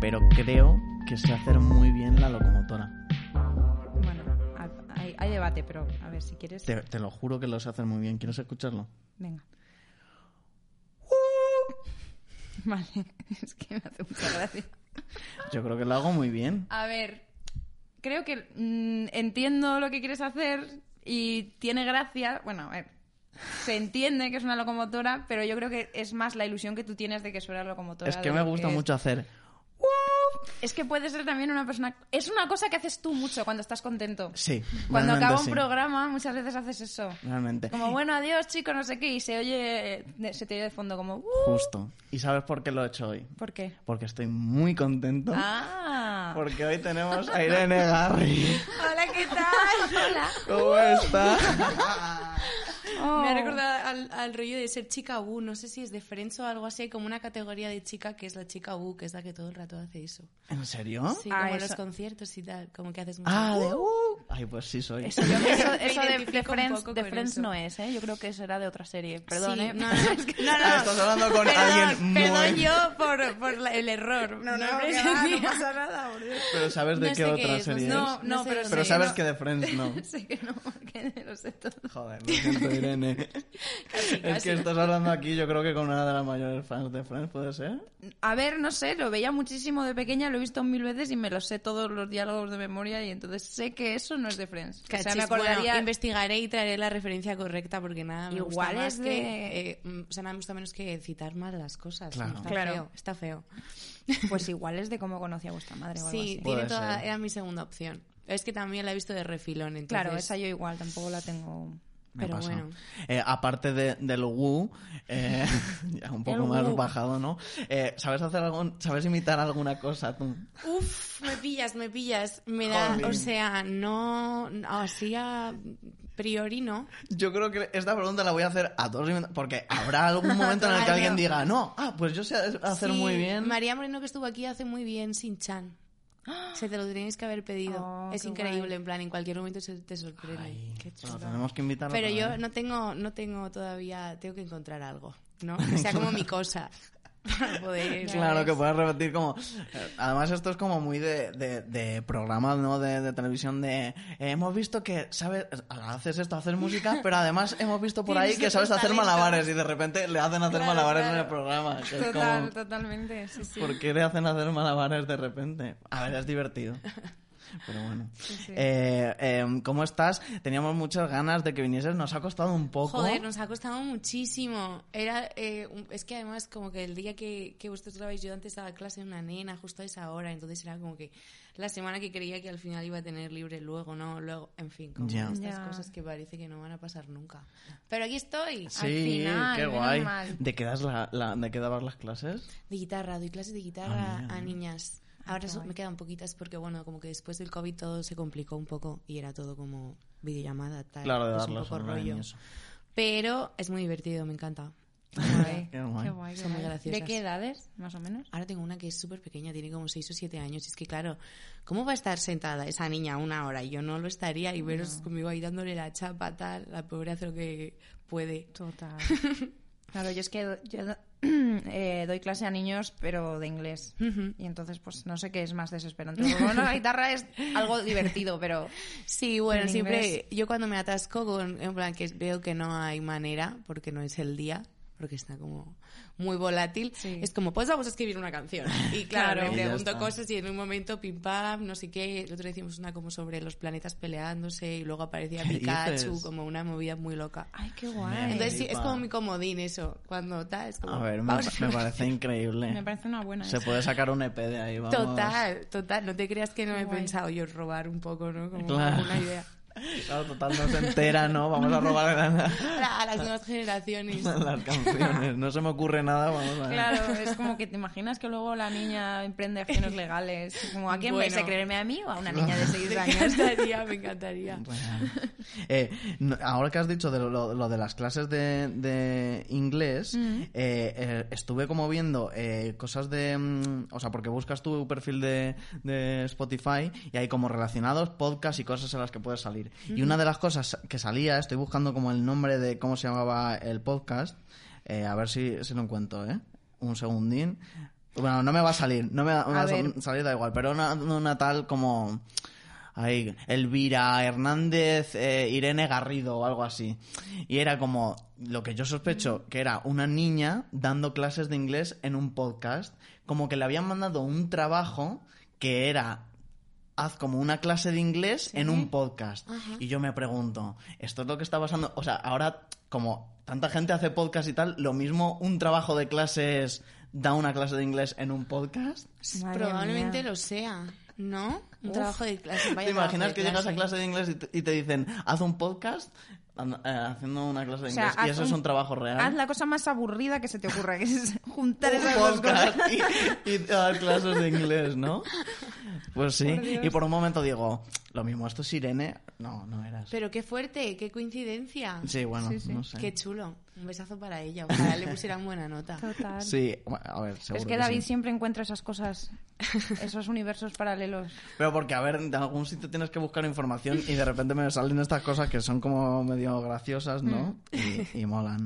pero creo que sé hacer muy bien la locomotora. Bueno, hay debate, pero a ver, si quieres... Te lo juro que lo sé hacer muy bien. ¿Quieres escucharlo? Venga. Vale, es que me hace mucha gracia. Yo creo que lo hago muy bien. A ver, creo que entiendo lo que quieres hacer y tiene gracia. Bueno, a ver, se entiende que es una locomotora, pero yo creo que es más la ilusión que tú tienes de que suena locomotora. Es que me gusta mucho hacer... Es que puede ser también una persona... Es una cosa que haces tú mucho cuando estás contento. Sí, Cuando realmente acaba un sí. programa, muchas veces haces eso. Realmente. Como, bueno, adiós, chicos, no sé qué, y se te oye de fondo como... Justo. ¿Y sabes por qué lo he hecho hoy? ¿Por qué? Porque estoy muy contento. Ah. Porque hoy tenemos a Irene Garri. Hola, ¿qué tal? Hola. ¿Cómo está? Oh. Me ha recordado al rollo de ser chica U. No sé si es de Friends o algo así. Hay como una categoría de chica que es la chica U, que es la que todo el rato hace eso. ¿En serio? Sí, Ah, como eso. los conciertos y tal. Como que haces mucho... De Ay, pues sí soy. Eso Me de identifico un Friends, poco de con Friends eso. no es, ¿eh? Yo creo que eso era de otra serie. Perdón, Sí, ¿eh? no. Estás hablando con alguien muy... Perdón yo por el error. No pasa nada, boludo. Pero ¿sabes de No qué sé otra qué es, serie no es? No, sé pero dónde Pero es. sabes no. que de Friends no. Sé que no, porque lo sé todo. Joder, lo siento, Irene. Casi. Es que estás hablando aquí, yo creo que con una de las mayores fans de Friends, ¿puede ser? A ver, no sé, lo veía muchísimo de pequeña, lo he visto 1000 veces y me lo sé todos los diálogos de memoria y entonces sé que eso no es de Friends. O sea, Cachis, me acordaría... bueno, investigaré y traeré la referencia correcta porque nada me Igual gusta más es de- que... o sea, nada me gusta menos que citar mal las cosas. Claro. Está Claro. feo, está feo. Pues igual es de cómo conocí a vuestra madre o algo Sí, así. Puede ser. era mi segunda opción. Es que también la he visto de refilón, entonces... Claro, esa yo igual, tampoco la tengo... Me Pero pasa. bueno. Aparte del Wu, ya un poco El más Wu. bajado, ¿no? ¿Sabes imitar alguna cosa tú? Uf, me pillas. Me da, Jolín. o sea, no, así a priori no. Yo creo que esta pregunta la voy a hacer a todos, porque habrá algún momento en el que alguien diga, no, pues yo sé hacer Sí, muy bien. María Moreno, que estuvo aquí, hace muy bien Sin-Chan. Se te lo tenéis que haber pedido. Oh, es qué increíble, guay. en plan, en cualquier momento te sorprende. Ay, Qué bueno, chulo. tenemos que invitarlo. Pero otra yo vez. no tengo todavía, tengo que encontrar algo, ¿no? Que sea como mi cosa. Para poder... Claro, que puedas repetir como... Además, esto es como muy de programas, ¿no? De televisión de... hemos visto que sabes... Haces esto, haces música, pero además hemos visto por ahí Tienes que sabes otros hacer talentos. malabares y de repente le hacen hacer Claro, malabares claro. en el programa. Que es Total, como... totalmente, sí, sí. ¿Por qué le hacen hacer malabares de repente? A ver, es divertido. Pero bueno. sí. ¿Cómo estás? Teníamos muchas ganas de que vinieses. Nos ha costado un poco. Joder, nos ha costado muchísimo. Es que además como que el día que vosotros grabáis, yo antes daba clase a una nena justo a esa hora, entonces era como que la semana que creía que al final iba a tener libre, luego no, luego, en fin, como Ya. estas Ya. cosas que parece que no van a pasar nunca. Pero aquí estoy. Sí, Al final, qué menos guay. mal. ¿De qué dabas las clases? De guitarra, doy clases de guitarra Ah, mira. a niñas. Ahora Qué guay. me quedan poquitas porque, bueno, como que después del COVID todo se complicó un poco y era todo como videollamada, tal. Claro, de pues darlos un poco online y rollo. eso. Pero es muy divertido, me encanta. Qué guay, Qué guay. qué guay, qué Son muy guay. graciosas. ¿De qué edades, más o menos? Ahora tengo una que es súper pequeña, tiene como 6 o 7 años. Y es que, claro, ¿cómo va a estar sentada esa niña una hora? Y yo no lo estaría y veros conmigo ahí dándole la chapa, tal. La pobre hace lo que puede. Total. Claro, yo es que yo doy clase a niños, pero de inglés. Y entonces, pues no sé qué es más desesperante. Porque, bueno, la guitarra es algo divertido, pero... Sí, bueno, En siempre inglés. yo cuando me atasco con, en plan que veo que no hay manera, porque no es el día, porque está como muy volátil, Sí. es como, pues vamos a escribir una canción. Y claro, Claro. me Y ya pregunto está. cosas y en un momento pim pam, no sé qué, el otro día hicimos una como sobre los planetas peleándose y luego aparecía ¿Qué Pikachu, dices? como una movida muy loca. Ay, qué guay. Entonces sí, es flipa. como mi comodín eso, cuando tal, es como... A ver, me vamos a- parece increíble. Me parece una buena Se esa. puede sacar un EP de ahí, vamos. Total, no te creas que no Qué he guay. pensado yo robar un poco, ¿no? Como Claro. una idea. Claro, total, no se entera, ¿no? Vamos a robar A las nuevas generaciones. las canciones. No se me ocurre nada, vamos a ver. Claro, es como que te imaginas que luego la niña emprende acciones legales. Como, ¿a quién vais a Bueno. creerme, a mí o a una niña de 6 Me años? me encantaría. Real. Ahora que has dicho de lo de las clases de inglés, estuve como viendo cosas de... o sea, porque buscas tu perfil de Spotify y hay como relacionados podcasts y cosas en las que puedes salir. Y una de las cosas que salía, estoy buscando como el nombre de cómo se llamaba el podcast, a ver si lo encuentro, un segundín. Bueno, no me va a salir, no me va A a ver. salir, da igual, pero una tal como... Ahí, Elvira Hernández, Irene Garrido o algo así. Y era como lo que yo sospecho, que era una niña dando clases de inglés en un podcast. Como que le habían mandado un trabajo que era... Haz como una clase de inglés en un podcast. Y yo me pregunto, ¿esto es lo que está pasando? O sea, ahora, como tanta gente hace podcast y tal, ¿lo mismo un trabajo de clases da una clase de inglés en un podcast? Madre Probablemente mía. lo sea, ¿no? Un trabajo de clase. ¿Te imaginas que llegas a clase de inglés y te dicen, haz un podcast haciendo una clase de O sea, inglés? Y haz eso es un trabajo real. Haz la cosa más aburrida que se te ocurra, que es juntar Un esas dos podcast cosas. y dar clases de inglés, ¿no? Pues sí. Por Dios. Y por un momento digo, lo mismo, ¿esto es Irene? No, no eras. Pero qué fuerte, qué coincidencia. Sí, bueno, Sí, sí. no sé. Qué chulo. Un besazo para ella. Ojalá le pusieran buena nota. Total. Sí, bueno, a ver, Pero seguro es que David sí. siempre encuentra esas cosas, esos universos paralelos. Pero porque, a ver, de algún sitio tienes que buscar información y de repente me salen estas cosas que son como medio graciosas, ¿no? Y molan.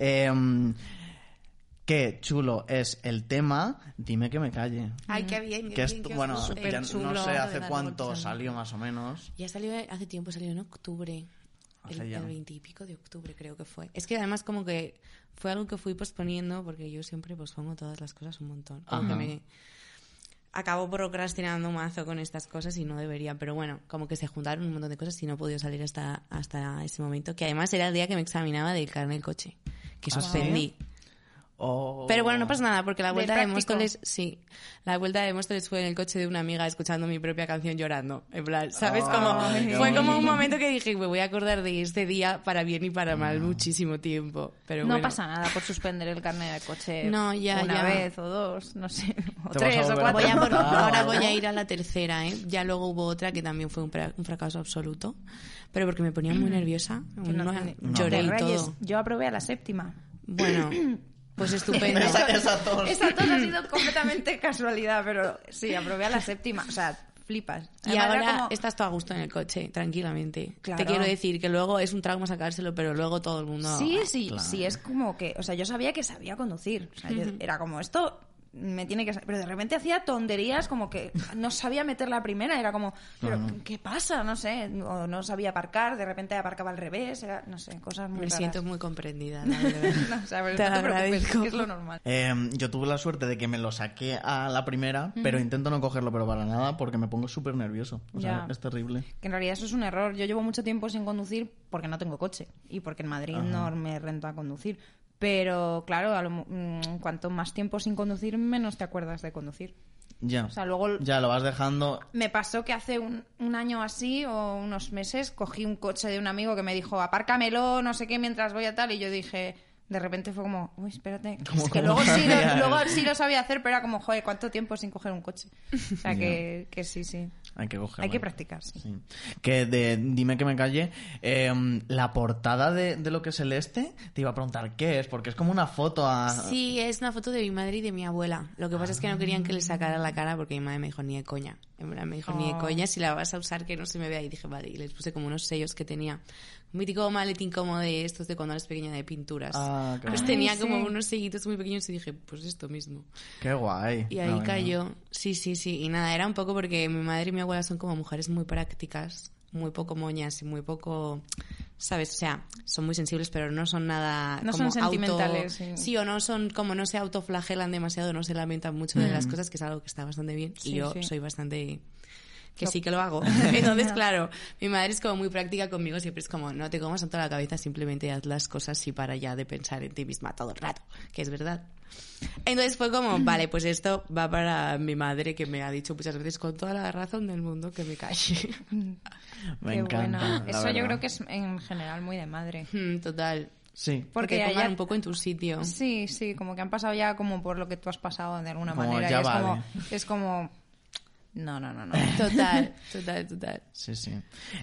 Qué chulo es el tema, dime que me calle. Ay, qué bien. Que es, bueno, súper ya chulo. no sé De hace verdad, cuánto porque salió más o menos. Ya salió hace tiempo, salió en octubre. Hace ya. El 20 y pico de octubre creo que fue. Es que además como que fue algo que fui posponiendo porque yo siempre pospongo todas las cosas un montón. Como Ajá. que me acabo procrastinando mazo con estas cosas y no debería. Pero bueno, como que se juntaron un montón de cosas y no he podido salir hasta ese momento. Que además era el día que me examinaba del carnet del coche. Que suspendí. Oh. Pero bueno, no pasa nada, porque la ¿De vuelta de práctico? Móstoles, sí, la vuelta de Móstoles fue en el coche de una amiga escuchando mi propia canción llorando. En plan, ¿sabes? Ay, qué Fue como un bonito. momento que dije, me voy a acordar de este día para bien y para mal muchísimo tiempo. Pero No bueno. pasa nada por suspender el carnet de coche No, ya, una ya. vez o dos, no sé, o Te vas a tres o volver a cuatro. Ahora voy ¿no? a ir a la tercera, ¿eh? Ya luego hubo otra que también fue un fracaso absoluto, pero porque me ponía muy nerviosa. Que no- Lloré te y rayes. todo. Yo aprobé a la séptima. Bueno, pues estupendo. Esa tos. Esa tos ha sido completamente casualidad, pero sí, aprobé a la séptima. O sea, flipas. Y Además, ahora era como- estás tú a gusto en el coche, tranquilamente. Claro. Te quiero decir que luego es un trauma sacárselo, pero luego todo el mundo... Sí, sí, claro. sí, es como que... O sea, yo sabía que sabía conducir. O sea, yo- era como, esto me tiene que... Pero de repente hacía tonterías como que no sabía meter la primera. Era como, pero ¿qué pasa? No sé. O no sabía aparcar, de repente aparcaba al revés. Era, no sé, cosas muy Me raras. siento muy comprendida, la verdad. No, o sea, pero Te no te preocupes, agradezco. que es lo normal. Yo tuve la suerte de que me lo saqué a la primera, pero intento no cogerlo, pero para nada, porque me pongo súper nervioso. O sea, Ya. es terrible. Que en realidad eso es un error. Yo llevo mucho tiempo sin conducir porque no tengo coche y porque en Madrid no me renta conducir. Pero claro, cuanto más tiempo sin conducir, menos te acuerdas de conducir. Ya. O sea, luego Ya lo vas dejando. me pasó que hace un año así o unos meses cogí un coche de un amigo que me dijo, apárcamelo, no sé qué, mientras voy a tal. Y yo dije... De repente fue como, uy, espérate. ¿Cómo- Es que cómo luego sí, cambiar? luego sí lo sabía hacer, pero era como, joder, ¿cuánto tiempo sin coger un coche? O sea, que sí, sí. Hay que cogerlo. Hay que practicar, sí. Sí. Que dime que me calle. La portada de lo que es el te iba a preguntar qué es, porque es como una foto a. Sí, es una foto de mi madre y de mi abuela. Lo que pasa es que no querían que le sacara la cara porque mi madre me dijo ni de coña. En verdad me dijo ni de Oh. coña, si la vas a usar que no se me vea. Y dije, vale, y les puse como unos sellos que tenía. Un mítico maletín como de estos de cuando eres pequeña de pinturas. Ah, qué Pues guay. tenía Ay, como sí. unos sellitos muy pequeños y dije, pues esto mismo. Qué guay. Y ahí No, venga. cayó. Sí, sí, sí. Y nada, era un poco porque mi madre y mi abuela son como mujeres muy prácticas, muy poco moñas y muy poco, ¿sabes? O sea, son muy sensibles, pero no son nada No como son sentimentales, sí. Sí, o no son como no se autoflagelan demasiado, no se lamentan mucho de las cosas, que es algo que está bastante bien. Sí, y yo sí. soy bastante... Que sí que lo hago. Entonces, claro, mi madre es como muy práctica conmigo, siempre es como, no te comas tanto la cabeza, simplemente haz las cosas y para ya de pensar en ti misma todo el rato, que es verdad. Entonces fue como, vale, pues esto va para mi madre, que me ha dicho muchas veces con toda la razón del mundo que me calle. Me Qué encanta. bueno. la Eso yo verdad. creo que es en general muy de madre. Total. Sí. Porque Porque pongan allá- un poco en tu sitio. Sí, sí, como que han pasado ya como por lo que tú has pasado de alguna Como, manera. ya y es vale. es como... No, no, no, no. Total, total, total. Sí, sí.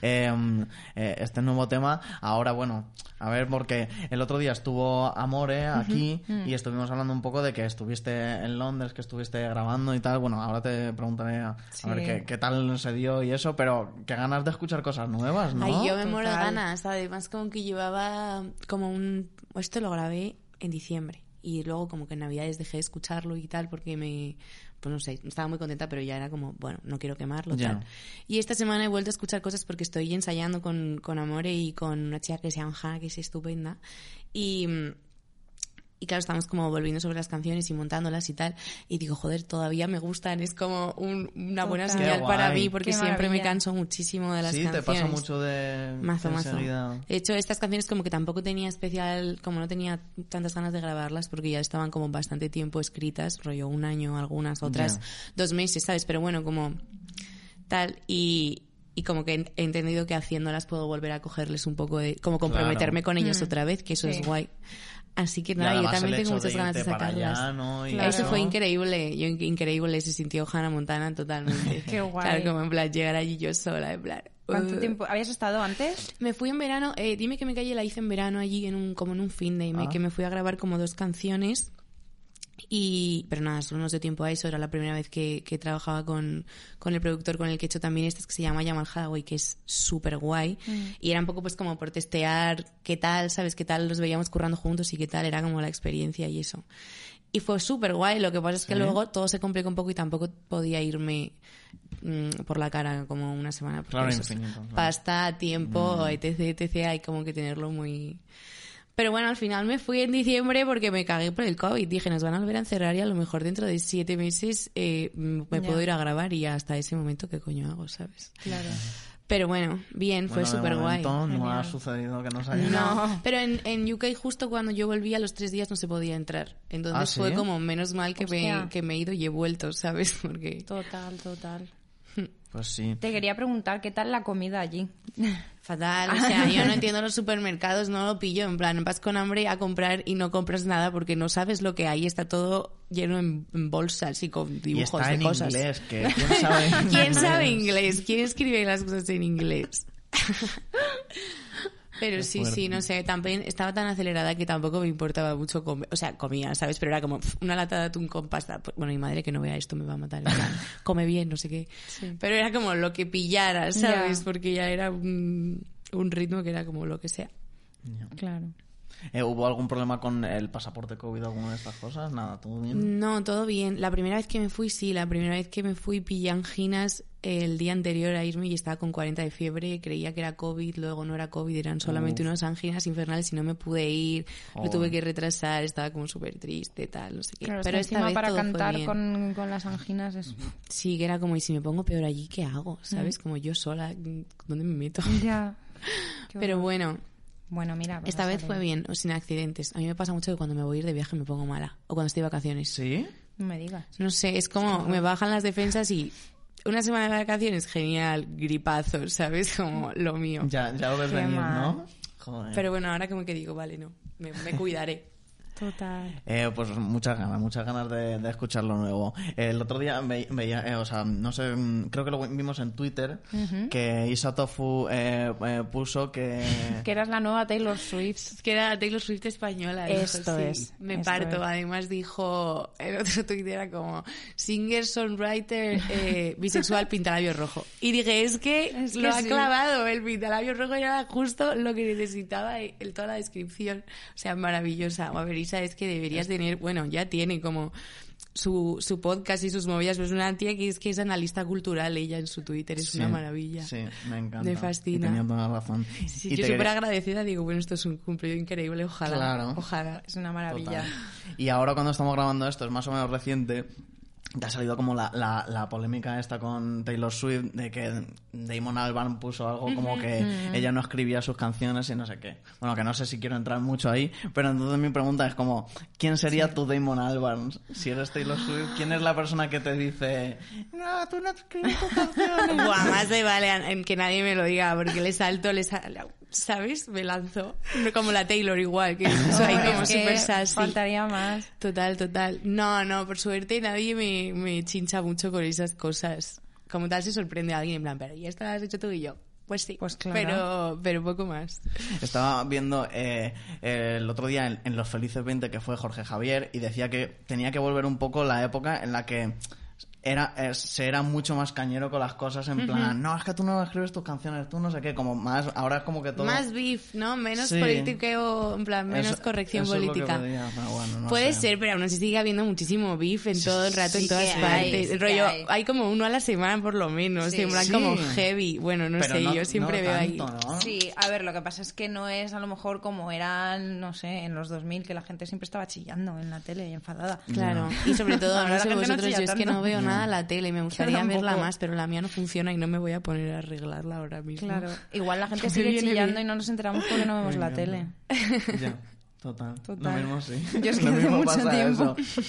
Este nuevo tema, ahora, bueno, a ver, porque el otro día estuvo Amore aquí y estuvimos hablando un poco de que estuviste en Londres, que estuviste grabando y tal. Bueno, ahora te preguntaré a Sí. ver qué tal se dio y eso, pero qué ganas de escuchar cosas nuevas, ¿no? Ay, yo me muero de Total. ganas. Además, como que llevaba como un... Esto lo grabé en diciembre. y luego como que en Navidades dejé de escucharlo y tal porque pues no sé, estaba muy contenta, pero ya era como, bueno, no quiero quemarlo, tal. Y esta semana he vuelto a escuchar cosas porque estoy ensayando con Amore y con una chica que se llama Hannah, que es estupenda, y claro, estamos como volviendo sobre las canciones y montándolas y tal, y digo, joder, todavía me gustan, es como una buena señal para mí, porque siempre me canso muchísimo de las canciones. Sí, te pasa mucho de mazo. De hecho, estas canciones como que tampoco tenía como no tenía tantas ganas de grabarlas, porque ya estaban como bastante tiempo escritas, rollo 1 año, algunas otras 2 meses, ¿sabes? Pero bueno, como tal, y como que he entendido que haciéndolas puedo volver a cogerles un poco de, como comprometerme con ellas otra vez, que eso es guay. Así que nada, yo también tengo muchas ganas de sacarlas. Allá, ¿no? Eso fue increíble. Increíble, se sintió Hannah Montana totalmente. Qué guay. Claro, como en plan, llegar allí yo sola, en plan... ¿Cuánto tiempo? ¿Habías estado antes? Me fui en verano, Dime que me calle la hice en verano allí, como en un fin de que me fui a grabar como 2 canciones. Pero nada, solo nos dio tiempo a eso. Era la primera vez que trabajaba con el productor con el que he hecho también estas, que se llama Jamal Hadaway, que es súper guay. Y era un poco pues como por testear qué tal, ¿sabes? Qué tal los veíamos currando juntos y qué tal era como la experiencia y eso. Y fue súper guay. Lo que pasa es que luego todo se complicó un poco y tampoco podía irme por la cara como una semana. Claro, infinito. Claro. Pasta, tiempo, etc. Hay como que tenerlo muy... Pero bueno, al final me fui en diciembre porque me cagué por el COVID. Dije, nos van a volver a encerrar y a lo mejor dentro de 7 meses me puedo ir a grabar y hasta ese momento, ¿qué coño hago, sabes? Claro. Pero bueno, bien, fue súper guay. No ha sucedido que no se haya... No, pero en UK justo cuando yo volví a los 3 días no se podía entrar. Entonces fue como menos mal que me he ido y he vuelto, ¿sabes? Porque... Total. Pues sí. Te quería preguntar, ¿qué tal la comida allí? Fatal, o sea, yo no entiendo los supermercados, no lo pillo, en plan, vas con hambre a comprar y no compras nada porque no sabes lo que hay, está todo lleno en bolsas y con dibujos y está de cosas. Inglés, que ¿quién sabe inglés? ¿Quién sabe inglés? ¿Quién escribe las cosas en inglés? Pero sí, no sé, también estaba tan acelerada que tampoco me importaba mucho comer, o sea, comía, ¿sabes? Pero era como una lata de atún con pasta. Bueno, mi madre que no vea esto me va a matar, en plan, come bien, no sé qué. Sí. Pero era como lo que pillara, ¿sabes? Porque ya era un ritmo que era como lo que sea. Claro. ¿Hubo algún problema con el pasaporte COVID o alguna de estas cosas? Nada, ¿todo bien? No, todo bien. La primera vez que me fui pillé anginas el día anterior a irme y estaba con 40 de fiebre, creía que era COVID, luego no era COVID, eran solamente unas anginas infernales y no me pude ir, lo tuve que retrasar, estaba como súper triste, tal, no sé qué. Claro, pero esta vez para todo cantar fue bien. con las anginas es... Sí, que era como, y si me pongo peor allí, ¿qué hago? ¿Sabes? Como yo sola, ¿dónde me meto? Ya. Pero bueno... Bueno, mira... Esta vez fue bien, o sin accidentes. A mí me pasa mucho que cuando me voy a ir de viaje me pongo mala. O cuando estoy de vacaciones. ¿Sí? No me digas. No sé, es como me bajan las defensas y una semana de vacaciones, genial, gripazos, ¿sabes? Como lo mío. Ya lo ves venir, ¿no? Joder. Pero bueno, ahora como que digo, vale, no, me cuidaré. Total. Pues muchas ganas de escuchar lo nuevo. El otro día veía, o sea, no sé, creo que lo vimos en Twitter, que Isa Tofu puso que eras la nueva Taylor Swift. Que era la Taylor Swift española. Esto sí. es. Me parto. Además dijo, el otro Twitter era como singer, songwriter, bisexual, pintalabio rojo. Y dije, es que lo ha clavado, el pintalabio rojo era justo lo que necesitaba toda la descripción. O sea, maravillosa. A ver, Isa, es que deberías tener, bueno, ya tiene como su podcast y sus movidas, pues una tía que es analista cultural, ella en su Twitter, es una maravilla. Sí, me encanta. Me fascina. Y tenía toda la razón. Sí, yo súper agradecida, digo, bueno, esto es un cumplido increíble, ojalá. Claro. Ojalá, es una maravilla. Total. Y ahora cuando estamos grabando esto, es más o menos reciente, te ha salido como la polémica esta con Taylor Swift de que Damon Albarn puso algo como que ella no escribía sus canciones y no sé qué. Bueno, que no sé si quiero entrar mucho ahí, pero entonces mi pregunta es como, ¿quién sería tu Damon Albarn? Si eres Taylor Swift, ¿quién es la persona que te dice, no, tú no escribes tus canciones? Buah, más de vale en que nadie me lo diga, porque le salto, ¿sabes? Me lanzo. Como la Taylor igual, que soy como súper sassy. Faltaría más. Total. No, por suerte nadie me chincha mucho con esas cosas. Como tal se sorprende a alguien en plan, pero ¿y esto lo has hecho tú y yo? Pues sí, pues claro. pero poco más. Estaba viendo el otro día en Los Felices 20 que fue Jorge Javier y decía que tenía que volver un poco la época en la que se era mucho más cañero con las cosas, en plan, no, es que tú no escribes tus canciones, tú no sé qué, como más, ahora es como que todo... Más beef, ¿no? Menos Sí. politiqueo, en plan, menos corrección eso política. Es lo que pedía, pero bueno, no Puede sé. ser, pero aún así sigue habiendo muchísimo beef en todo el rato, sí en todas que partes. hay, sí El que rollo, hay. hay como uno a la semana por lo menos, Sí. en plan Sí. como heavy. Bueno, no Pero sé, yo siempre no veo ahí... tanto, ¿no? Sí, a ver, lo que pasa es que no es a lo mejor como eran, no sé, en los 2000, que la gente siempre estaba chillando en la tele y enfadada. Claro, y sobre todo, Ahora no la sé gente no vosotros, chilla yo es que tanto. no veo nada la tele, me gustaría tampoco. verla más, pero la mía no funciona y no me voy a poner a arreglarla ahora mismo. Claro, igual la gente Me sigue viene chillando bien. y no nos enteramos porque no vemos Me la encanta. tele. Ya, total. Total. Lo mismo sí. Yo es que Lo hace mismo mucho pasa tiempo. eso.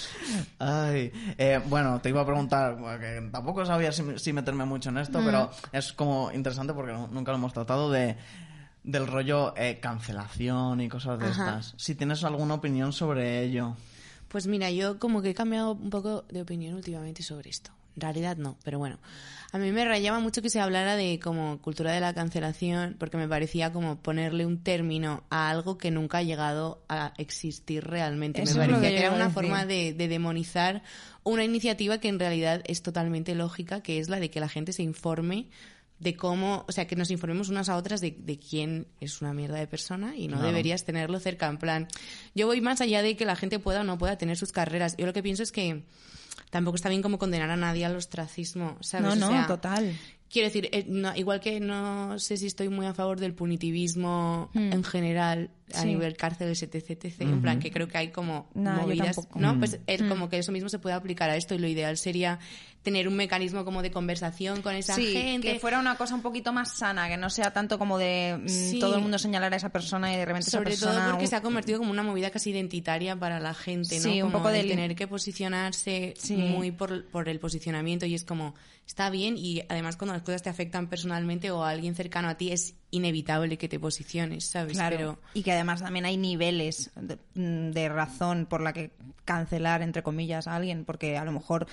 Ay, bueno, te iba a preguntar, porque tampoco sabía si meterme mucho en esto, pero es como interesante porque nunca lo hemos tratado del rollo cancelación y cosas de Ajá. estas. Si tienes alguna opinión sobre ello. Pues mira, yo como que he cambiado un poco de opinión últimamente sobre esto. En realidad no, pero bueno. A mí me rayaba mucho que se hablara de como cultura de la cancelación porque me parecía como ponerle un término a algo que nunca ha llegado a existir realmente. Eso Me es lo parecía que que yo era iba a una decir. forma de demonizar una iniciativa que en realidad es totalmente lógica, que es la de que la gente se informe de cómo, o sea, que nos informemos unas a otras de quién es una mierda de persona y no Claro. deberías tenerlo cerca. En plan, yo voy más allá de que la gente pueda o no pueda tener sus carreras. Yo lo que pienso es que tampoco está bien como condenar a nadie al ostracismo, ¿sabes? No, O sea, total. quiero decir, igual que no sé si estoy muy a favor del punitivismo en general a Sí. nivel cárceles, etc, en plan que creo que hay como No, yo movidas, tampoco. ¿no? Pues como que eso mismo se puede aplicar a esto y lo ideal sería tener un mecanismo como de conversación con esa Sí, gente. que fuera una cosa un poquito más sana, que no sea tanto como de Sí. todo el mundo señalar a esa persona y de repente Sobre esa persona... todo porque se ha convertido como una movida casi identitaria para la gente, ¿no? Sí, un Como poco el del- tener que posicionarse Sí. muy por el posicionamiento y es como, está bien y además cuando las cosas te afectan personalmente o a alguien cercano a ti es inevitable que te posiciones, ¿sabes? Claro, Pero y que además también hay niveles de razón por la que cancelar, entre comillas, a alguien, porque a lo mejor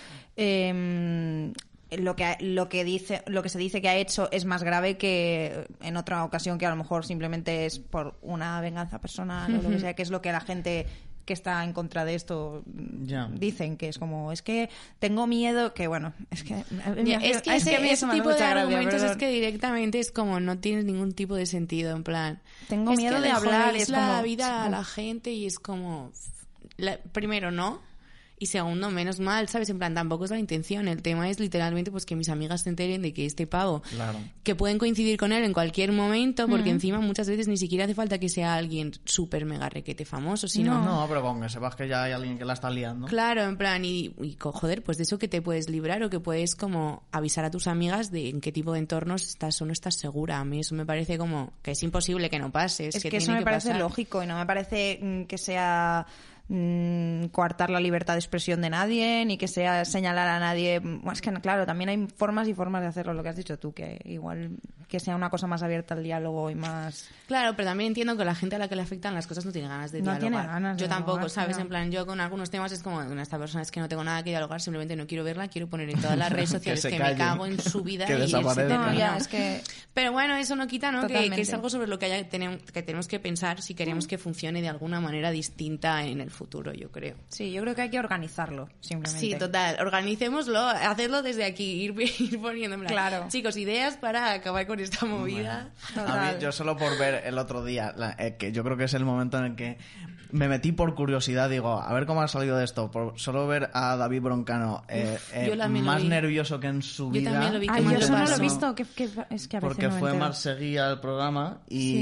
lo que se dice que ha hecho es más grave que en otra ocasión que a lo mejor simplemente es por una venganza personal o lo que sea, que es lo que la gente que está en contra de esto Ya. dicen, que es como, es que tengo miedo, que bueno, es que... ya, es que a ese, mí eso me hace tipo de mucha gracia, argumentos pero es que directamente es como no tienes ningún tipo de sentido, en plan... Tengo es miedo que de le hablar, jodéis es la como- vida a la gente y es como... primero, no. Y segundo, menos mal, ¿sabes? En plan, tampoco es la intención. El tema es literalmente pues que mis amigas se enteren de que este pavo, Claro. que pueden coincidir con él en cualquier momento, porque encima muchas veces ni siquiera hace falta que sea alguien súper mega requete famoso, sino... No, pero con que sepas que ya hay alguien que la está liando. Claro, en plan, joder, pues de eso que te puedes librar o que puedes como avisar a tus amigas de en qué tipo de entornos estás o no estás segura. A mí eso me parece como que es imposible que no pase. Es que tiene eso me parece pasar. lógico y no me parece que sea coartar la libertad de expresión de nadie ni que sea señalar a nadie. Es que claro, también hay formas y formas de hacerlo, lo que has dicho tú, que igual que sea una cosa más abierta al diálogo y más... Claro, pero también entiendo que la gente a la que le afectan las cosas no tiene ganas de No dialogar. tiene ganas de yo tampoco, dialogar, ¿sabes? no. En plan, yo con algunos temas es como, con esta persona es que no tengo nada que dialogar, simplemente no quiero verla, quiero poner en todas las redes sociales se que me calle. cago en su vida Que y irse desaparezca. de No, ya, relleno. es que... Pero bueno, eso no quita, ¿no? Que Totalmente. es algo sobre lo que tenemos que pensar si queremos que funcione de alguna manera distinta en el futuro, yo creo. Sí, yo creo que hay que organizarlo, simplemente. Sí, total. Organicémoslo, hacerlo desde aquí, ir poniendo en plan, Claro. chicos, ideas para acabar con esta movida. A Total. mí, yo solo por ver el otro día, que yo creo que es el momento en el que me metí por curiosidad, digo, a ver cómo ha salido de esto, por solo ver a David Broncano yo también lo más vi. nervioso que en su Yo vida. también lo vi. Ay, ¿Qué yo más eso no lo he pasó? visto, es que a veces Porque no me fue entero. Marsegui al programa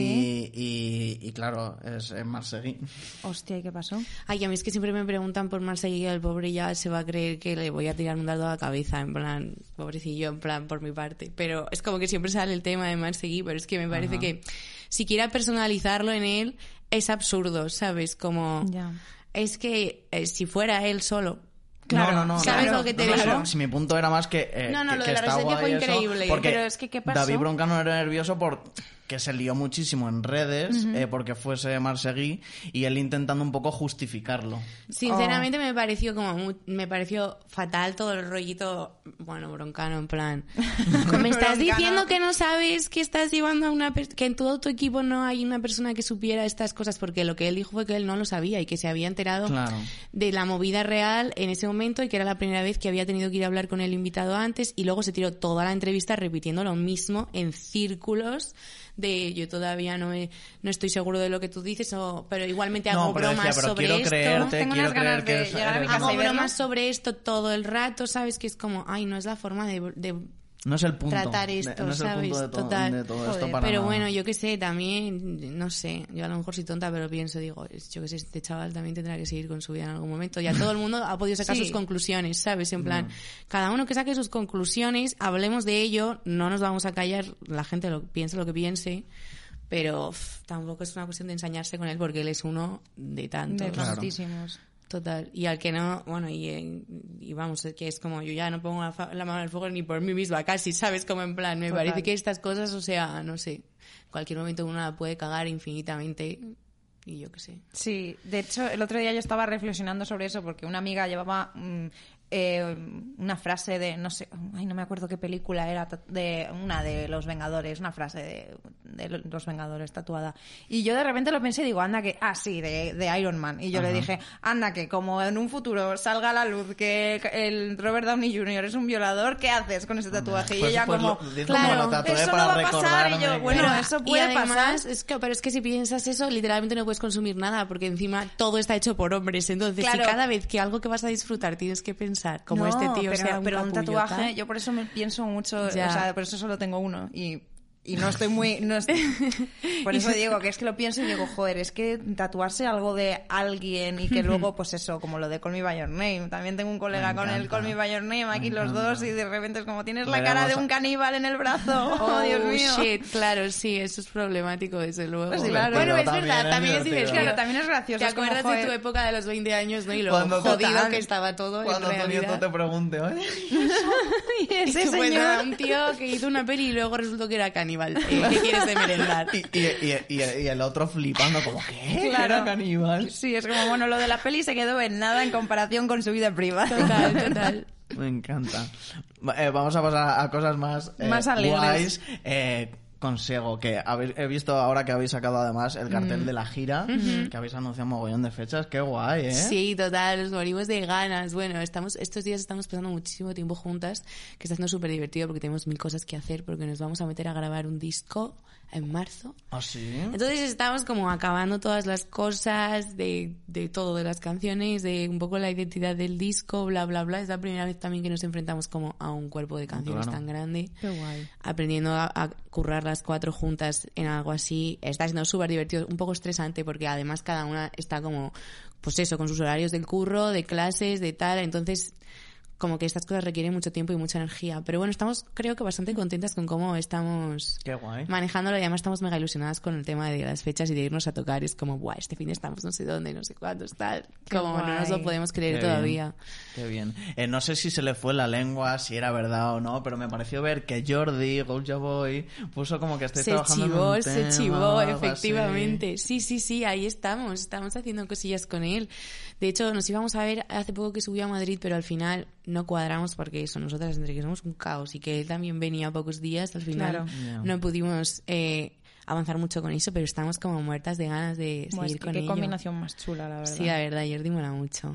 y claro, es Marsegui. Hostia, ¿y qué pasó? Ay, a mí es que siempre me preguntan por Marsegui, el pobre ya se va a creer que le voy a tirar un dardo a la cabeza, en plan, pobrecillo, en plan, por mi parte. Pero es como que siempre sale el tema de Marsegui, pero es que me parece que si quiera personalizarlo en él, es absurdo, ¿sabes? Como, Ya. es que si fuera él solo... Claro, no. ¿sabes claro, lo que te No, digo? si mi punto era más que No, que lo de la está residencia guay fue eso, increíble. porque Pero es que, ¿qué pasó? David Broncano era nervioso por que se lió muchísimo en redes porque fuese Marseguí y él intentando un poco justificarlo. Sinceramente me pareció fatal todo el rollito, bueno, broncano, en plan. ¿Me estás diciendo que no sabes que estás llevando a que en todo tu equipo no hay una persona que supiera estas cosas? Porque lo que él dijo fue que él no lo sabía y que se había enterado de la movida real en ese momento y que era la primera vez que había tenido que ir a hablar con el invitado antes, y luego se tiró toda la entrevista repitiendo lo mismo en círculos de yo todavía no estoy seguro de lo que tú dices, pero igualmente hago bromas sobre esto. Tengo unas ganas de llegar a mi casa y verlo. Hago bromas sobre esto todo el rato, ¿sabes? Que es como, ay, no es la forma de no es el punto tratar esto, no es el ¿sabes? punto de Total. de todo esto para pero nada. bueno, yo qué sé, también, no sé, yo a lo mejor soy tonta, pero pienso, digo, yo qué sé, este chaval también tendrá que seguir con su vida en algún momento. Ya todo el mundo ha podido sacar sus conclusiones, ¿sabes? En plan, cada uno que saque sus conclusiones, hablemos de ello, no nos vamos a callar, la gente piense lo que piense, pero tampoco es una cuestión de ensañarse con él, porque él es uno de tantos. De tantísimos. Total. Y al que no, bueno, y vamos, que es como yo ya no pongo la mano al fuego ni por mí misma, casi, ¿sabes? Como en plan, me parece que estas cosas, o sea, no sé, en cualquier momento uno la puede cagar infinitamente y yo qué sé. Sí, de hecho, el otro día yo estaba reflexionando sobre eso porque una amiga llevaba una frase de, no sé, ay, no me acuerdo qué película era, de una de Los Vengadores, una frase de Los Vengadores tatuada. Y yo de repente lo pensé y digo, anda que, de Iron Man. Y yo le dije, anda que como en un futuro salga a la luz que el Robert Downey Jr. es un violador, ¿qué haces con ese tatuaje? Y ella como, claro, eso no va a pasar. Y yo, bueno, eso puede pasar. Pero es que si piensas eso, literalmente no puedes consumir nada, porque encima todo está hecho por hombres. Entonces, si cada vez que algo que vas a disfrutar tienes que pensar como este tío sea un pero un tatuaje, capullota. yo por eso me pienso mucho, o sea, por eso solo tengo uno y no estoy muy... por eso digo que es que lo pienso y digo, joder, es que tatuarse algo de alguien y que luego, pues eso, como lo de Call Me By Your Name. También tengo un colega con el Call Me By Your Name, aquí los dos, y de repente es como tienes la cara de un caníbal en el brazo. Oh, Dios mío. Shit, claro, sí, eso es problemático, desde luego. Pues claro. Bueno, es verdad, también es divertido. Claro, también es gracioso. ¿Te acuerdas de tu época de los 20 años, no? Y lo jodido que estaba todo, cuando en realidad. Cuando te pregunte, oye, y ese pues señor... nada, un tío que hizo una peli y luego resultó que era caníbal. ¿Qué quieres de merendar? Y el otro flipando como, ¿qué? Claro. ¿Era caníbal? Sí, es como, bueno, lo de la peli se quedó en nada en comparación con su vida privada. Total. Me encanta. Vamos a pasar a cosas más alegres. Guays. Consejo que he visto ahora que habéis sacado además el cartel de la gira, que habéis anunciado un mogollón de fechas. Qué guay, ¿eh? Sí, total, nos morimos de ganas. Bueno, estos días estamos pasando muchísimo tiempo juntas, que está siendo súper divertido porque tenemos 1000 cosas que hacer, porque nos vamos a meter a grabar un disco en marzo. ¿Ah, sí? Entonces estamos como acabando todas las cosas de todo, de las canciones, de un poco la identidad del disco, bla, bla, bla. Es la primera vez también que nos enfrentamos como a un cuerpo de canciones tan grande. Qué guay. Aprendiendo a currar las 4 juntas en algo así. Está siendo súper divertido, un poco estresante porque además cada una está como, pues eso, con sus horarios del curro, de clases, de tal. Entonces, como que estas cosas requieren mucho tiempo y mucha energía. Pero bueno, estamos creo que bastante contentas con cómo estamos manejándolo, y además estamos mega ilusionadas con el tema de las fechas y de irnos a tocar. Es como, buah, este fin estamos no sé dónde, no sé cuántos, tal. Como no nos lo podemos creer todavía. Qué bien. No sé si se le fue la lengua, si era verdad o no, pero me pareció ver que Jordi, Gouja Boy, puso como que estáis trabajando en un tema. Se chivó, efectivamente. Así. Sí, ahí estamos haciendo cosillas con él. De hecho, nos íbamos a ver hace poco que subió a Madrid, pero al final no cuadramos porque eso, nosotras entre que somos un caos y que él también venía pocos días, al final no pudimos avanzar mucho con eso, pero estamos como muertas de ganas de seguir con ello. Qué combinación más chula, la verdad. Sí, la verdad, Jordi mola mucho.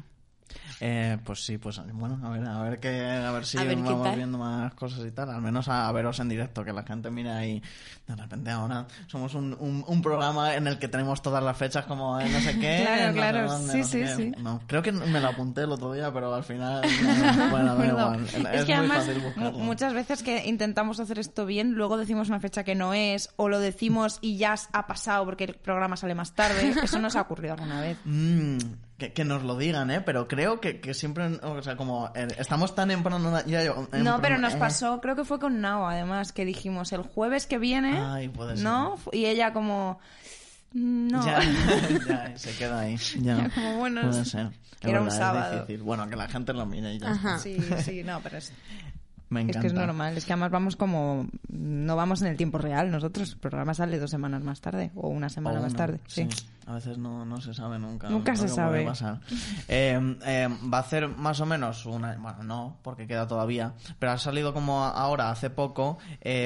Pues sí, pues bueno, a ver si vamos viendo más cosas y tal, al menos a veros en directo, que la gente mira ahí. De repente ahora somos un programa en el que tenemos todas las fechas como no sé qué. Claro, no sé dónde, sí. No, creo que me lo apunté el otro día, pero al final bueno, da igual. Es que muy además fácil buscarlo. muchas veces que intentamos hacer esto bien, luego decimos una fecha que no es, o lo decimos y ya ha pasado porque el programa sale más tarde. Eso nos ha ocurrido alguna vez. Que nos lo digan, pero creo que siempre, o sea, como estamos tan en no, pero nos pasó, creo que fue con Nao, además, que dijimos el jueves que viene, puede ser. ¿no? Y ella como... No. Ya, se queda ahí. Ya, como bueno, puede ser. Era un sábado. Es difícil. Bueno, que la gente lo mire y ya. Ajá. Sí, no, pero es... Me encanta. Es que es normal, es que además vamos como... No vamos en el tiempo real nosotros, el programa sale 2 semanas más tarde o una semana más tarde. Sí. A veces no se sabe nunca. Nunca se sabe. Pasar. Va a hacer más o menos bueno, no, porque queda todavía, pero ha salido como ahora, hace poco,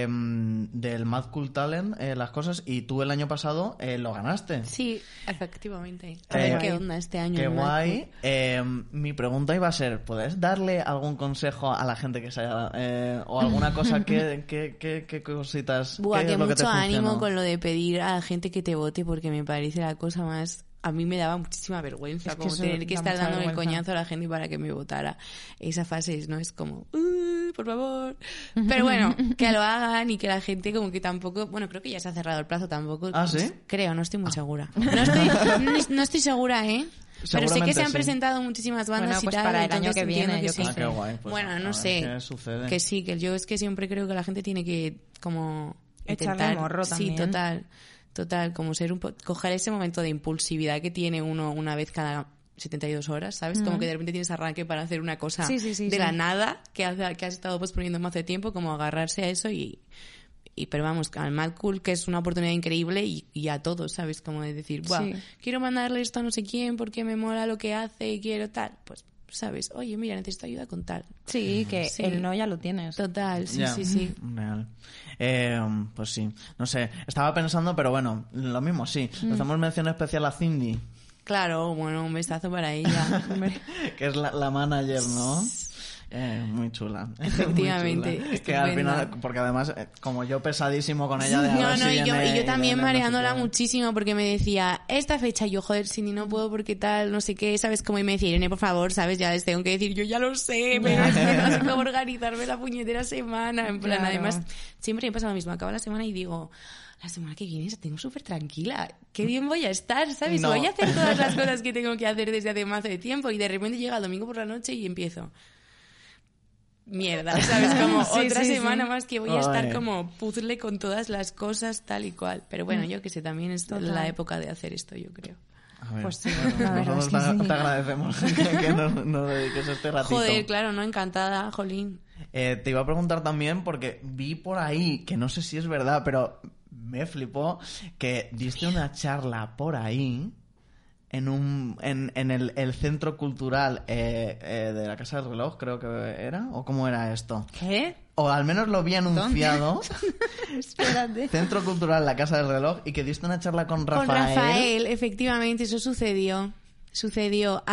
del Mad Cool Talent, las cosas, y tú el año pasado lo ganaste. Sí, efectivamente. A ver qué onda este año. Qué guay. Mi pregunta iba a ser, ¿puedes darle algún consejo a la gente que se haya... o alguna cosa que cositas... Buah, ¿qué que es lo que te mucho ánimo funcionó? con lo de pedir a la gente que te vote, porque me parece la cosa más... A mí me daba muchísima vergüenza, Es que como eso tener que da estar mucha dándole el vergüenza. coñazo a la gente para que me votara. Esa fase, ¿no? Es como, por favor. Pero bueno, que lo hagan y que la gente como que tampoco... Bueno, creo que ya se ha cerrado el plazo tampoco. ¿Ah, sí? Creo, no estoy muy segura. No estoy segura, ¿eh? Pero sé que se han sí. presentado muchísimas bandas Bueno, pues y tal. para el año entonces que viene, entiendo yo que qué sí. sé. Qué guay. Pues, Bueno, a no ver sé. qué sucede. Que sí, que yo es que siempre creo que la gente tiene que como Echarle intentar... morro también. Sí, total, como ser coger ese momento de impulsividad que tiene uno una vez cada 72 horas, ¿sabes? Como que de repente tienes arranque para hacer una cosa de la nada que has estado posponiendo más de tiempo, como agarrarse a eso pero vamos, al Mad Cool, que es una oportunidad increíble y a todos, ¿sabes? Como de decir, wow, quiero mandarle esto a no sé quién porque me mola lo que hace y quiero tal, pues ¿sabes? Oye, mira, necesito ayuda con tal. Sí, que el no ya lo tienes. Total, sí, Ya. sí. Real. Pues sí, no sé, estaba pensando, pero bueno, lo mismo sí. Le hacemos mención especial a Cindy, Claro, bueno, un besazo para ella. que es la manager, ¿no? Muy chula. Efectivamente, Muy chula. Que al estupenda. final, porque además, como yo pesadísimo con ella de a ver si y viene yo también Irene, mareándola no sé qué. muchísimo porque me decía, esta fecha, y yo, joder, Cindy, no puedo porque tal, no sé qué, ¿sabes? Como y me decía, Irene, por favor, ¿sabes? Ya les tengo que decir, yo ya lo sé, pero es que no sé cómo organizarme la puñetera semana. En plan, Claro. además, siempre me pasa lo mismo, acaba la semana y digo... La semana que viene la tengo súper tranquila. Qué bien voy a estar, ¿sabes? No. Voy a hacer todas las cosas que tengo que hacer desde hace más de tiempo y de repente llega el domingo por la noche y empiezo... Mierda, ¿sabes? Como otra semana más que voy a estar Ay. como puzzle con todas las cosas tal y cual. Pero bueno, yo que sé, también es la época de hacer esto, yo creo. A ver, Pues sí, bueno, la verdad nosotros es que sí. te agradecemos que nos dediques este ratito. Joder, claro, ¿no? Encantada, jolín. Te iba a preguntar también, porque vi por ahí, que no sé si es verdad, pero me flipó, que diste una charla por ahí en el centro cultural de la Casa del Reloj, creo que era, o cómo era esto. ¿Qué? O al menos lo vi anunciado. Espérate. Centro Cultural La Casa del Reloj, y que diste una charla con Rafael. Con Rafael, efectivamente, eso sucedió. Sucedió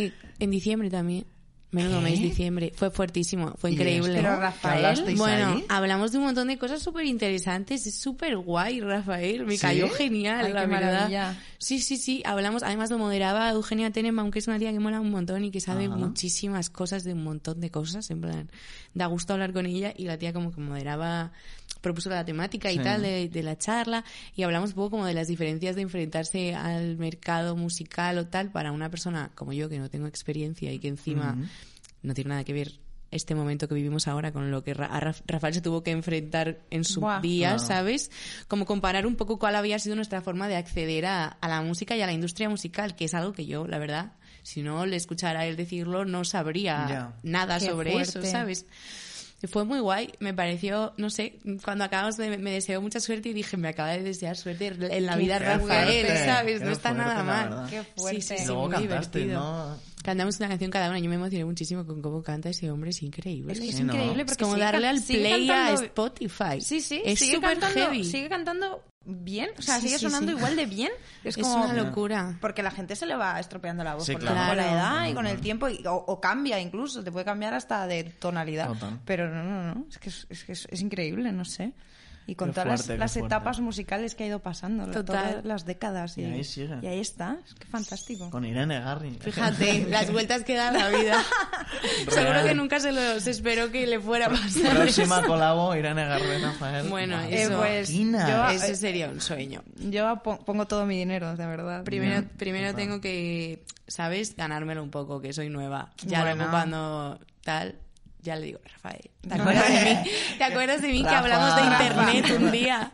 en diciembre también. Menudo mes, diciembre. Fue fuertísimo, fue ¿Y increíble. esto? Pero Rafael, ¿Que hablasteis Bueno, ahí? hablamos de un montón de cosas súper interesantes. Es súper guay, Rafael. Me ¿Sí? cayó genial, Ay, la qué verdad. maravilla. Sí. Hablamos, además lo moderaba Eugenia Tenenbaum, que es una tía que mola un montón y que sabe Ajá. muchísimas cosas de un montón de cosas. En plan, da gusto hablar con ella y la tía como que moderaba, propuso la temática y Sí. tal de la charla y hablamos un poco como de las diferencias de enfrentarse al mercado musical o tal para una persona como yo que no tengo experiencia y que encima no tiene nada que ver este momento que vivimos ahora con lo que Rafael se tuvo que enfrentar en su Buah. día, Claro. ¿sabes? Como comparar un poco cuál había sido nuestra forma de acceder a la música y a la industria musical, que es algo que yo, la verdad, si no le escuchara a él decirlo, no sabría Ya. nada Qué sobre fuerte. eso, ¿sabes? Fue muy guay, me pareció, no sé, cuando acabamos me deseó mucha suerte y dije, me acaba de desear suerte en la Qué vida Rafael, fuerte, ¿sabes? qué No está fuerte, nada la mal. verdad. Qué fuerte. Sí, Y luego muy cantaste, divertido. ¿no? Cantamos una canción cada una. Yo me emocioné muchísimo con cómo canta ese hombre, es increíble. Es que es Sí, ¿no? increíble Es porque como sigue darle al sigue play a cantando- Spotify. Sí, es súper heavy. sigue cantando bien, o sea, Sí, sigue sí, sonando sí. igual de bien. Es Es como una locura. porque la gente se le va estropeando la voz Sí, con claro. la edad y Claro. con el tiempo o cambia incluso, te puede cambiar hasta de tonalidad. Total. Pero no, es que es increíble, no sé. Y con Qué todas fuerte, las qué fuerte. etapas musicales que ha ido pasando, Total. todas las décadas. Y ahí sigue. Y ahí está, es que fantástico. Con Irene Garri. Fíjate, las vueltas que da la vida. Seguro que nunca se los esperó que le fuera a pasar. Próxima colabo, Irene Garri, Rafael. Bueno, Guau. eso. Pues Imagina. Eso sería un sueño. Yo pongo todo mi dinero, de verdad. Primero total. tengo que, ¿sabes? Ganármelo un poco, que soy nueva. Ya Bueno. luego cuando tal, ya le digo, Rafael, ¿te acuerdas de mí? ¿Te acuerdas de mí que Rafa. hablamos de internet un día?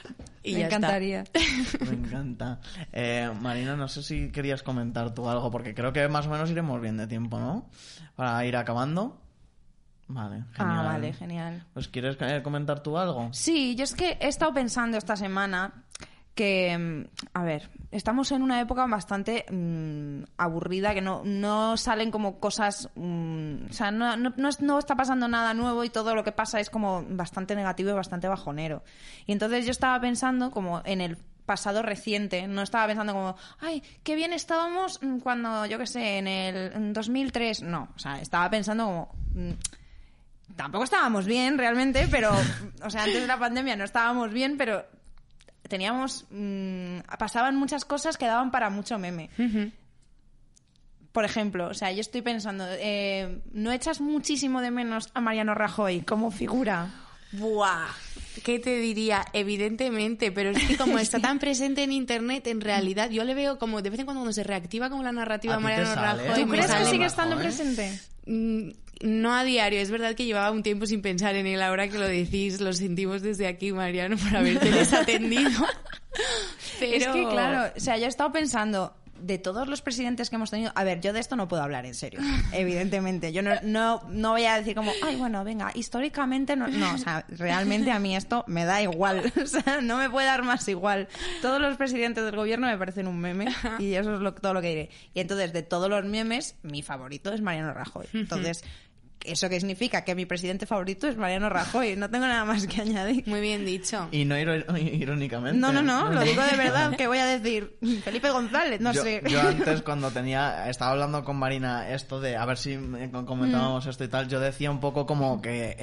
Y Me ya encantaría. Me encanta. Marina, no sé si querías comentar tú algo, porque creo que más o menos iremos bien de tiempo, ¿no? Para ir acabando. Vale, genial. Ah, vale, genial. Pues ¿quieres comentar tú algo? Sí, yo es que he estado pensando esta semana que, a ver, estamos en una época bastante aburrida, que no salen como cosas, o sea, no está pasando nada nuevo y todo lo que pasa es como bastante negativo y bastante bajonero. Y entonces yo estaba pensando como en el pasado reciente, no estaba pensando como, ay, qué bien estábamos cuando, yo qué sé, en 2003, no, o sea, estaba pensando como... tampoco estábamos bien realmente, pero, o sea, antes de la pandemia no estábamos bien, pero teníamos, pasaban muchas cosas que daban para mucho meme. Uh-huh. Por ejemplo, o sea, yo estoy pensando, ¿no echas muchísimo de menos a Mariano Rajoy como figura? ¡Buah! ¿Qué te diría? Evidentemente, pero es que como está tan presente en internet, en realidad yo le veo como de vez en cuando se reactiva como la narrativa ¿A de ti te Mariano sale? Rajoy. ¿Tú me crees que sale- sigue Rajoy? estando presente? No a diario, es verdad que llevaba un tiempo sin pensar en él. Ahora que lo decís, lo sentimos desde aquí, Mariano, por haberte desatendido. Pero... Es que, claro, o sea, yo he estado pensando, de todos los presidentes que hemos tenido... A ver, yo de esto no puedo hablar en serio, evidentemente. Yo no voy a decir como, ay, bueno, venga, históricamente no... No, o sea, realmente a mí esto me da igual. O sea, no me puede dar más igual. Todos los presidentes del gobierno me parecen un meme y eso es todo lo que diré. Y entonces, de todos los memes, mi favorito es Mariano Rajoy. Entonces... ¿Eso qué significa? Que mi presidente favorito es Mariano Rajoy. No tengo nada más que añadir. Muy bien dicho. Y no irónicamente. No, lo digo de verdad. ¿Qué voy a decir? Felipe González, no sé. Yo antes, cuando estaba hablando con Marina esto de a ver si comentábamos esto y tal, yo decía un poco como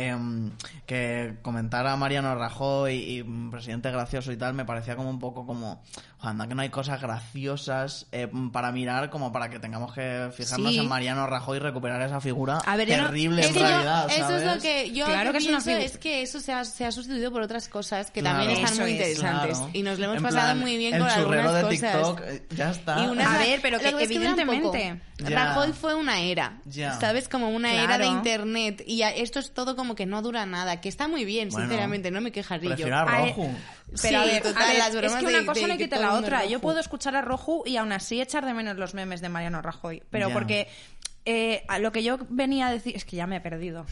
que comentar a Mariano Rajoy y presidente gracioso y tal me parecía como un poco como, anda, que no hay cosas graciosas para mirar como para que tengamos que fijarnos Sí. en Mariano Rajoy y recuperar esa figura A ver, yo no- terrible Es en que yo- realidad, eso ¿sabes? es lo que yo Claro que es pienso, una es que eso se ha sustituido por otras cosas que Claro. también están Eso muy es, interesantes. Claro. Y nos lo hemos En pasado plan, muy bien el con churrero algunas de cosas. TikTok, ya está. Y una- A ver, pero lo que es dura un poco. evidentemente. Ya. Rajoy fue una era, Ya. ¿sabes? Como una era de Claro. internet. Y esto es todo como que no dura nada, que está muy bien, Bueno, sinceramente, no me quejaría yo. Prefiero a Roju. Pero Sí, a ver, total, las bromas es que una de- cosa de no que quita todo la el mundo otra. es Yo Roju. puedo escuchar a Roju y aún así echar de menos los memes de Mariano Rajoy. Pero Ya. porque a lo que yo venía a decir... Es que ya me he perdido.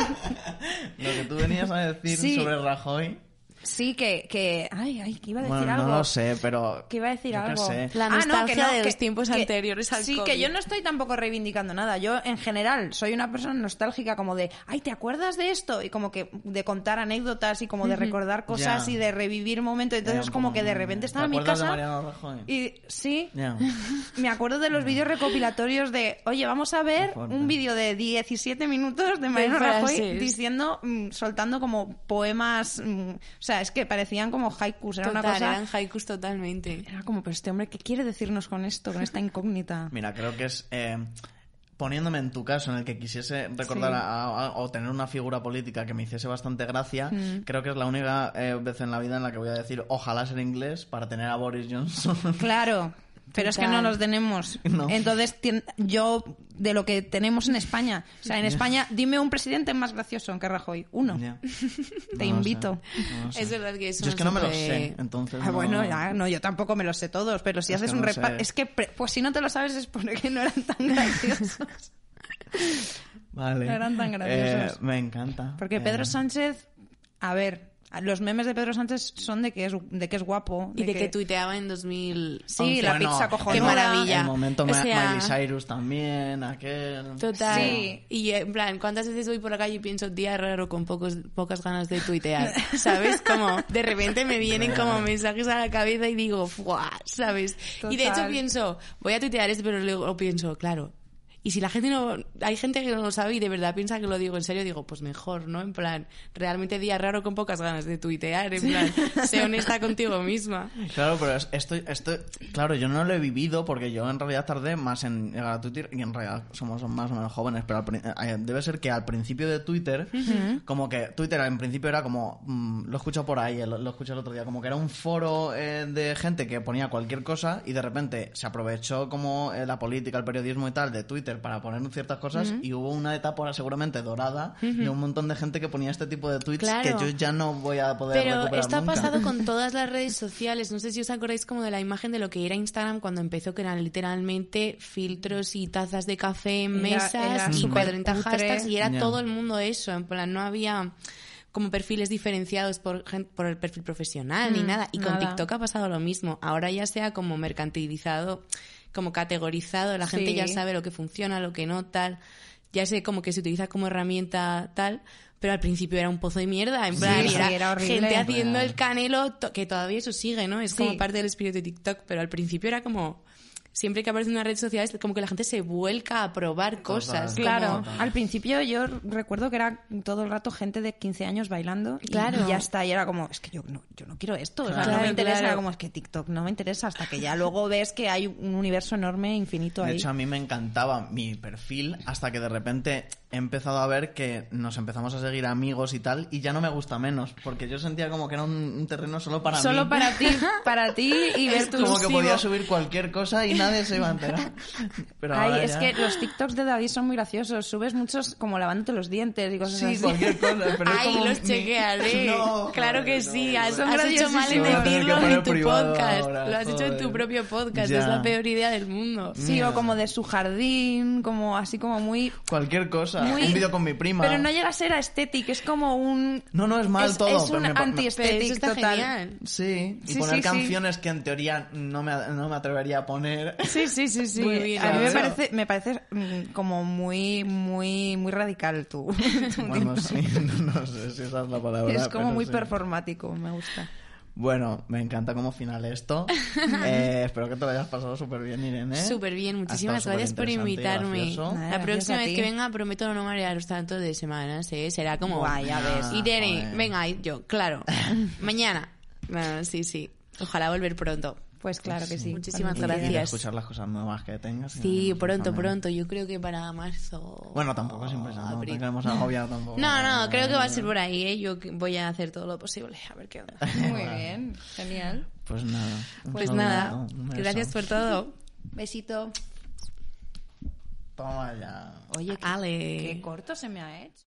Lo que tú venías a decir Sí. sobre Rajoy... Sí, que... Ay, que iba a decir Bueno, algo. no lo sé, pero... Que iba a decir yo qué algo. sé. La no, nostalgia de los tiempos que- anteriores al Sí, COVID. que yo no estoy tampoco reivindicando nada. Yo, en general, soy una persona nostálgica como de, ay, ¿te acuerdas de esto? Y como que de contar anécdotas y como de recordar cosas Ya. y de revivir momentos. Entonces, Ya, como que de repente estaba en mi ¿Te acuerdas casa... de Mariano Rajoy? Y sí, Ya. me acuerdo de los vídeos recopilatorios de, oye, vamos a ver Qué fuerte. un vídeo de 17 minutos de Mariano Rajoy frases. diciendo, soltando como poemas, o sea, es que parecían como haikus, era una Total, cosa... eran haikus totalmente. Era como, pero este hombre, ¿qué quiere decirnos con esto, con esta incógnita? Mira, creo que es... poniéndome en tu caso en el que quisiese recordar o tener una figura política que me hiciese bastante gracia, creo que es la única vez en la vida en la que voy a decir ojalá ser inglés para tener a Boris Johnson. Claro, pero es que no los tenemos. No. Entonces, yo, de lo que tenemos en España, o sea, en España, dime un presidente más gracioso que Rajoy. Uno. Ya. Te No lo invito. sé, no lo sé. Es verdad que eso Yo es que no me lo se sé, puede- entonces Ah, no- bueno, ya, no, yo tampoco me los sé todos, pero si Es haces que un no repaso... sé. Es que, pues si no te lo sabes es porque no eran tan graciosos. Vale. No eran tan graciosos. Me encanta. Porque Pedro Sánchez, a ver, los memes de Pedro Sánchez son de que es guapo. Y de que tuiteaba en 2000. Sí, la Bueno, pizza cojonuda. Qué maravilla. El momento O sea- Miley Cyrus también, aquel... Total. Sí. Y en plan, ¿cuántas veces voy por la calle y pienso día raro con pocas ganas de tuitear? ¿Sabes? Como de repente me vienen como mensajes a la cabeza y digo, ¡fuah! ¿Sabes? Y de hecho Total. pienso, voy a tuitear esto, pero luego pienso, claro. Y si la gente no... Hay gente que no lo sabe y de verdad piensa que lo digo en serio, digo, pues mejor, ¿no? En plan, realmente día raro con pocas ganas de tuitear, en plan, sé honesta contigo misma. Claro, pero esto, claro, yo no lo he vivido porque yo en realidad tardé más en llegar a Twitter y en realidad somos más o menos jóvenes, pero debe ser que al principio de Twitter, como que Twitter en principio era como, lo he escuchado por ahí, lo escuché el otro día, como que era un foro de gente que ponía cualquier cosa y de repente se aprovechó como la política, el periodismo y tal de Twitter Twitter para poner ciertas cosas y hubo una etapa seguramente dorada de un montón de gente que ponía este tipo de tweets que yo ya no voy a poder recuperar Pero esto nunca. ha pasado con todas las redes sociales. No sé si os acordáis como de la imagen de lo que era Instagram cuando empezó, que eran literalmente filtros y tazas de café en mesas era y súper 40 cutre. hashtags y era Ya. todo el mundo eso. En plan, no había como perfiles diferenciados por el perfil profesional ni nada. Y con nada. TikTok ha pasado lo mismo. Ahora ya se ha como mercantilizado, como categorizado. La gente Sí. ya sabe lo que funciona, lo que no, tal. Ya sé como que se utiliza como herramienta tal. Pero al principio era un pozo de mierda, en plan, sí, era era horrible. gente haciendo el canelo, que todavía eso sigue, ¿no? Es como Sí. parte del espíritu de TikTok, pero al principio era como, siempre que aparece una red social, es como que la gente se vuelca a probar cosas. Claro, como- al principio yo recuerdo que era todo el rato gente de 15 años bailando y, Claro. y ya está, y era como, es que yo no quiero esto, o sea, Claro, no me interesa, claro. era como, es que TikTok no me interesa, hasta que ya luego ves que hay un universo enorme, infinito De ahí. hecho, a mí me encantaba mi perfil hasta que de repente he empezado a ver que nos empezamos a seguir amigos y tal, y ya no me gusta menos, porque yo sentía como que era un terreno solo para mí. Solo para ti y ver tus... Como que podía subir cualquier cosa y nadie se iba a enterar. Pero Ay, ahora es ya- que los TikToks de David son muy graciosos. Subes muchos como lavándote los dientes y cosas Sí, así. cualquier cosa. Pero es Ay, como los mi- chequearé. No, Claro que joder, sí, no, has, son has hecho mal en graciosísimos. Voy a tener que decirlo poner en tu privado podcast. ahora, Lo has hecho en tu joder. propio podcast, Ya. es la peor idea del mundo. Sí, Mierda. o como de su jardín, como así como muy... Cualquier cosa. muy- Un vídeo con mi prima. Pero no llega a ser aesthetic, es como un... No, es mal todo. Es pero un me- Pero anti-aesthetic eso está total. genial. Sí, y Sí, poner sí, sí. canciones que en teoría no me atrevería a poner. Sí. Muy bien, a mí ¿sabes? me parece como muy radical tu Bueno, sí, no sé si esa es la palabra. Es como pero muy sí. performático, me gusta. Bueno, me encanta como final esto. Espero que te lo hayas pasado súper bien, Irene. Súper bien, Ha muchísimas estado gracias por superinteresante y invitarme. gracioso. Nada, La gracias próxima a vez ti. que venga prometo no marearos tanto de semanas, ¿eh? Será como... Guay, ya ves. Irene, joder. venga, yo, claro. Mañana. Bueno, sí. Ojalá volver pronto. Pues claro que sí. Muchísimas Cuando Y de gracias. escuchar las cosas nuevas que tengas. Sí, y pronto. también. Yo creo que para marzo... Bueno, tampoco siempre, no te abril. queremos agobiar tampoco. No, creo que va a ser por ahí, ¿eh? Yo voy a hacer todo lo posible. A ver qué onda. Muy bien, genial. Pues nada. un Pues saludo, nada, un beso. gracias por todo. Besito. Toma ya. Oye, Ale. qué corto se me ha hecho.